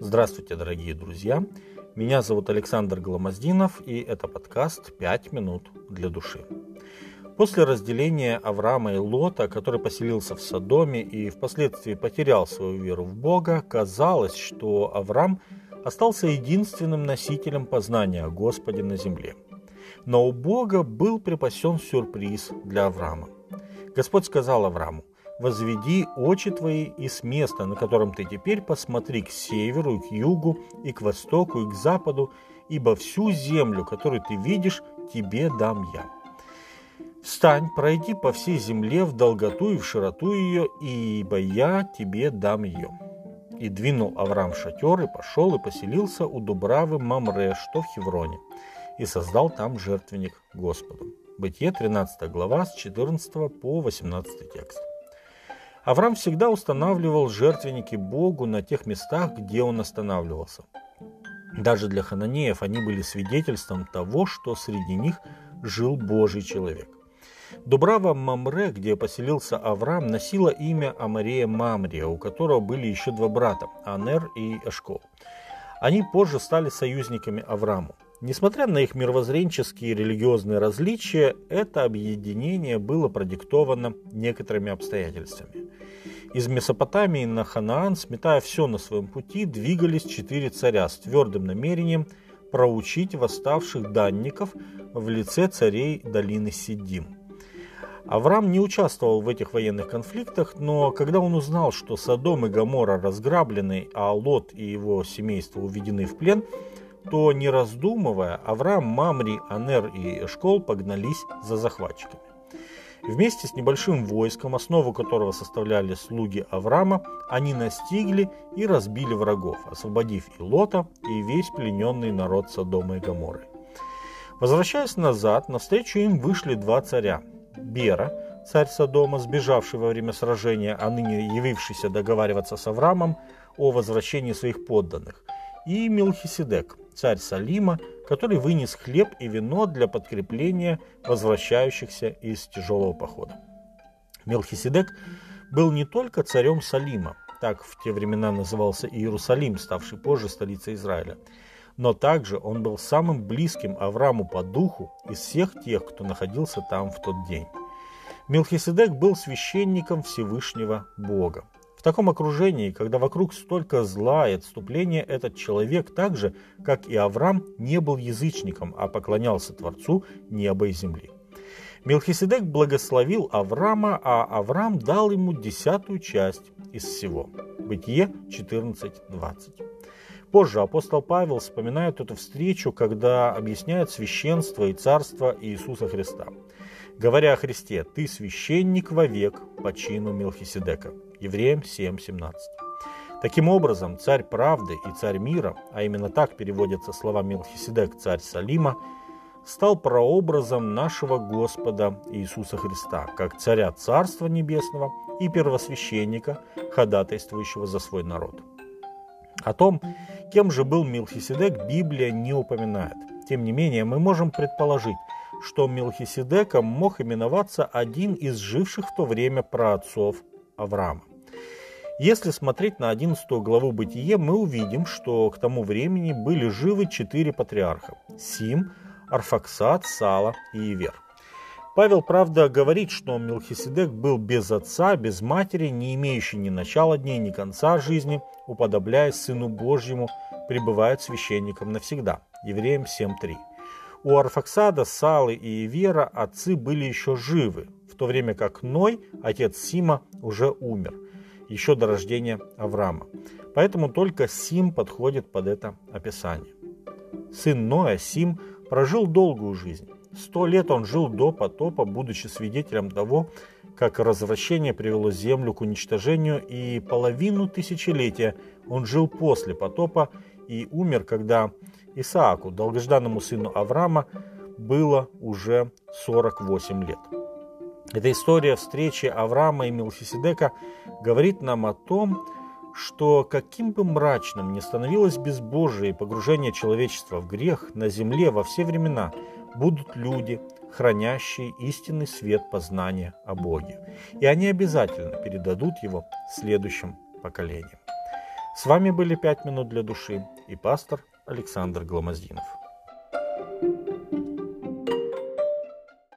Здравствуйте, дорогие друзья! Меня зовут Александр Гломоздинов, и это подкаст «5 минут для души». После разделения Авраама и Лота, который поселился в Содоме и впоследствии потерял свою веру в Бога, казалось, что Авраам остался единственным носителем познания о Господе на земле. Но у Бога был припасен сюрприз для Авраама. Господь сказал Аврааму: «Возведи очи твои, и с места, на котором ты теперь, посмотри к северу, и к югу, и к востоку, и к западу, ибо всю землю, которую ты видишь, тебе дам я. Встань, пройди по всей земле в долготу и в широту ее, ибо я тебе дам ее». И двинул Авраам шатер, и пошел, и поселился у Дубравы Мамре, что в Хевроне, и создал там жертвенник Господу. Бытие 13 глава с 14 по 18 текст. Авраам всегда устанавливал жертвенники Богу на тех местах, где он останавливался. Даже для хананеев они были свидетельством того, что среди них жил Божий человек. Дубрава Мамре, где поселился Авраам, носила имя Амарея Мамрия, у которого были еще два брата – Анер и Эшкол. Они позже стали союзниками Аврааму. Несмотря на их мировоззренческие и религиозные различия, это объединение было продиктовано некоторыми обстоятельствами. Из Месопотамии на Ханаан, сметая все на своем пути, двигались 4 царя с твердым намерением проучить восставших данников в лице царей долины Сиддим. Авраам не участвовал в этих военных конфликтах, но когда он узнал, что Содом и Гоморра разграблены, а Лот и его семейство уведены в плен, то, не раздумывая, Авраам, Мамри, Анер и Эшкол погнались за захватчиками. Вместе с небольшим войском, основу которого составляли слуги Авраама, они настигли и разбили врагов, освободив и Лота, и весь плененный народ Содома и Гоморры. Возвращаясь назад, навстречу им вышли 2 царя. Бера, царь Содома, сбежавший во время сражения, а ныне явившийся договариваться с Авраамом о возвращении своих подданных, и Мелхиседек, царь Салима, который вынес хлеб и вино для подкрепления возвращающихся из тяжелого похода. Мелхиседек был не только царем Салима, так в те времена назывался Иерусалим, ставший позже столицей Израиля, но также он был самым близким Аврааму по духу из всех тех, кто находился там в тот день. Мелхиседек был священником Всевышнего Бога. В таком окружении, когда вокруг столько зла и отступления, этот человек, так же, как и Авраам, не был язычником, а поклонялся Творцу неба и земли. Мелхиседек благословил Авраама, а Авраам дал ему 10-ю часть из всего. Бытие 14:20. Позже апостол Павел вспоминает эту встречу, когда объясняет священство и царство Иисуса Христа. Говоря о Христе: «Ты священник вовек по чину Мелхиседека». Евреям 7:17. Таким образом, царь правды и царь мира, а именно так переводятся слова Мелхиседек, царь Салима, стал прообразом нашего Господа Иисуса Христа, как царя Царства Небесного и первосвященника, ходатайствующего за свой народ. О том, кем же был Мелхиседек, Библия не упоминает. Тем не менее, мы можем предположить, что Мелхиседеком мог именоваться один из живших в то время праотцов Авраама. Если смотреть на 11 главу Бытие, мы увидим, что к тому времени были живы 4 патриарха – Сим, Арфаксад, Сала и Ивер. Павел, правда, говорит, что Мелхиседек был без отца, без матери, не имеющий ни начала дней, ни конца жизни, уподобляясь Сыну Божьему, пребывает священником навсегда. Евреям 7:3. У Арфаксада, Салы и Ивера отцы были еще живы, в то время как Ной, отец Сима, уже умер, еще до рождения Авраама. Поэтому только Сим подходит под это описание. Сын Ноя, Сим, прожил долгую жизнь. 100 лет он жил до потопа, будучи свидетелем того, как развращение привело землю к уничтожению, и половину тысячелетия он жил после потопа и умер, когда Исааку, долгожданному сыну Авраама, было уже 48 лет. Эта история встречи Авраама и Мелхиседека говорит нам о том, что каким бы мрачным ни становилось безбожие и погружение человечества в грех, на земле во все времена будут люди, хранящие истинный свет познания о Боге. И они обязательно передадут его следующим поколениям. С вами были «5 минут для души» и пастор Александр Гломоздинов.